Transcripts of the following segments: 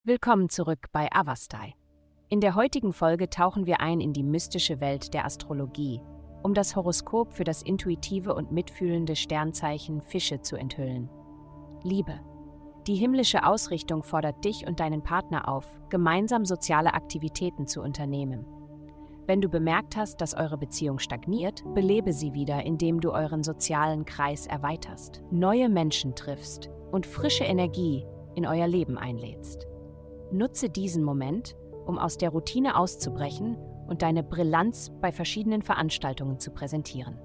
Willkommen zurück bei Avastai. In der heutigen Folge tauchen wir ein in die mystische Welt der Astrologie, um das Horoskop für das intuitive und mitfühlende Sternzeichen Fische zu enthüllen. Liebe. Die himmlische Ausrichtung fordert dich und deinen Partner auf, gemeinsam soziale Aktivitäten zu unternehmen. Wenn du bemerkt hast, dass eure Beziehung stagniert, belebe sie wieder, indem du euren sozialen Kreis erweiterst, neue Menschen triffst und frische Energie in euer Leben einlädst. Nutze diesen Moment, um aus der Routine auszubrechen und deine Brillanz bei verschiedenen Veranstaltungen zu präsentieren.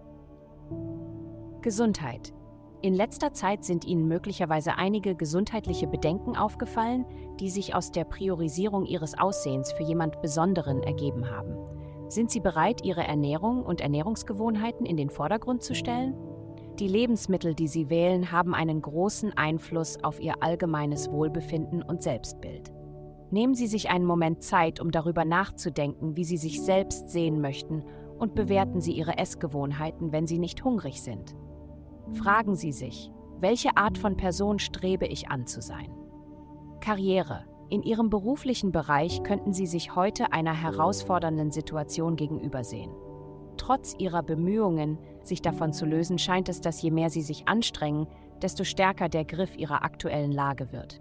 Gesundheit. In letzter Zeit sind Ihnen möglicherweise einige gesundheitliche Bedenken aufgefallen, die sich aus der Priorisierung Ihres Aussehens für jemand Besonderen ergeben haben. Sind Sie bereit, Ihre Ernährung und Ernährungsgewohnheiten in den Vordergrund zu stellen? Die Lebensmittel, die Sie wählen, haben einen großen Einfluss auf Ihr allgemeines Wohlbefinden und Selbstbild. Nehmen Sie sich einen Moment Zeit, um darüber nachzudenken, wie Sie sich selbst sehen möchten, und bewerten Sie Ihre Essgewohnheiten, wenn Sie nicht hungrig sind. Fragen Sie sich, welche Art von Person strebe ich an zu sein? Karriere. In Ihrem beruflichen Bereich könnten Sie sich heute einer herausfordernden Situation gegenübersehen. Trotz Ihrer Bemühungen, sich davon zu lösen, scheint es, dass je mehr Sie sich anstrengen, desto stärker der Griff Ihrer aktuellen Lage wird.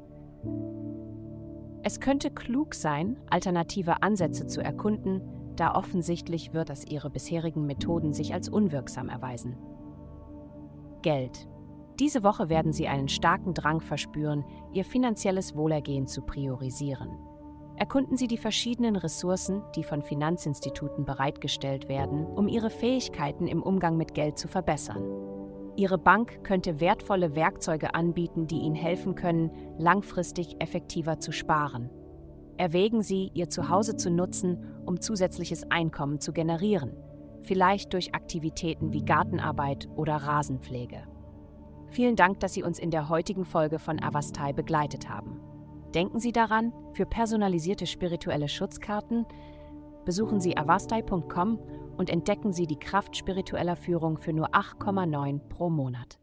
Es könnte klug sein, alternative Ansätze zu erkunden, da offensichtlich wird, dass Ihre bisherigen Methoden sich als unwirksam erweisen. Geld. Diese Woche werden Sie einen starken Drang verspüren, Ihr finanzielles Wohlergehen zu priorisieren. Erkunden Sie die verschiedenen Ressourcen, die von Finanzinstituten bereitgestellt werden, um Ihre Fähigkeiten im Umgang mit Geld zu verbessern. Ihre Bank könnte wertvolle Werkzeuge anbieten, die Ihnen helfen können, langfristig effektiver zu sparen. Erwägen Sie, Ihr Zuhause zu nutzen, um zusätzliches Einkommen zu generieren, vielleicht durch Aktivitäten wie Gartenarbeit oder Rasenpflege. Vielen Dank, dass Sie uns in der heutigen Folge von Avastai begleitet haben. Denken Sie daran, für personalisierte spirituelle Schutzkarten besuchen Sie avastai.com und entdecken Sie die Kraft spiritueller Führung für nur 8,9 pro Monat.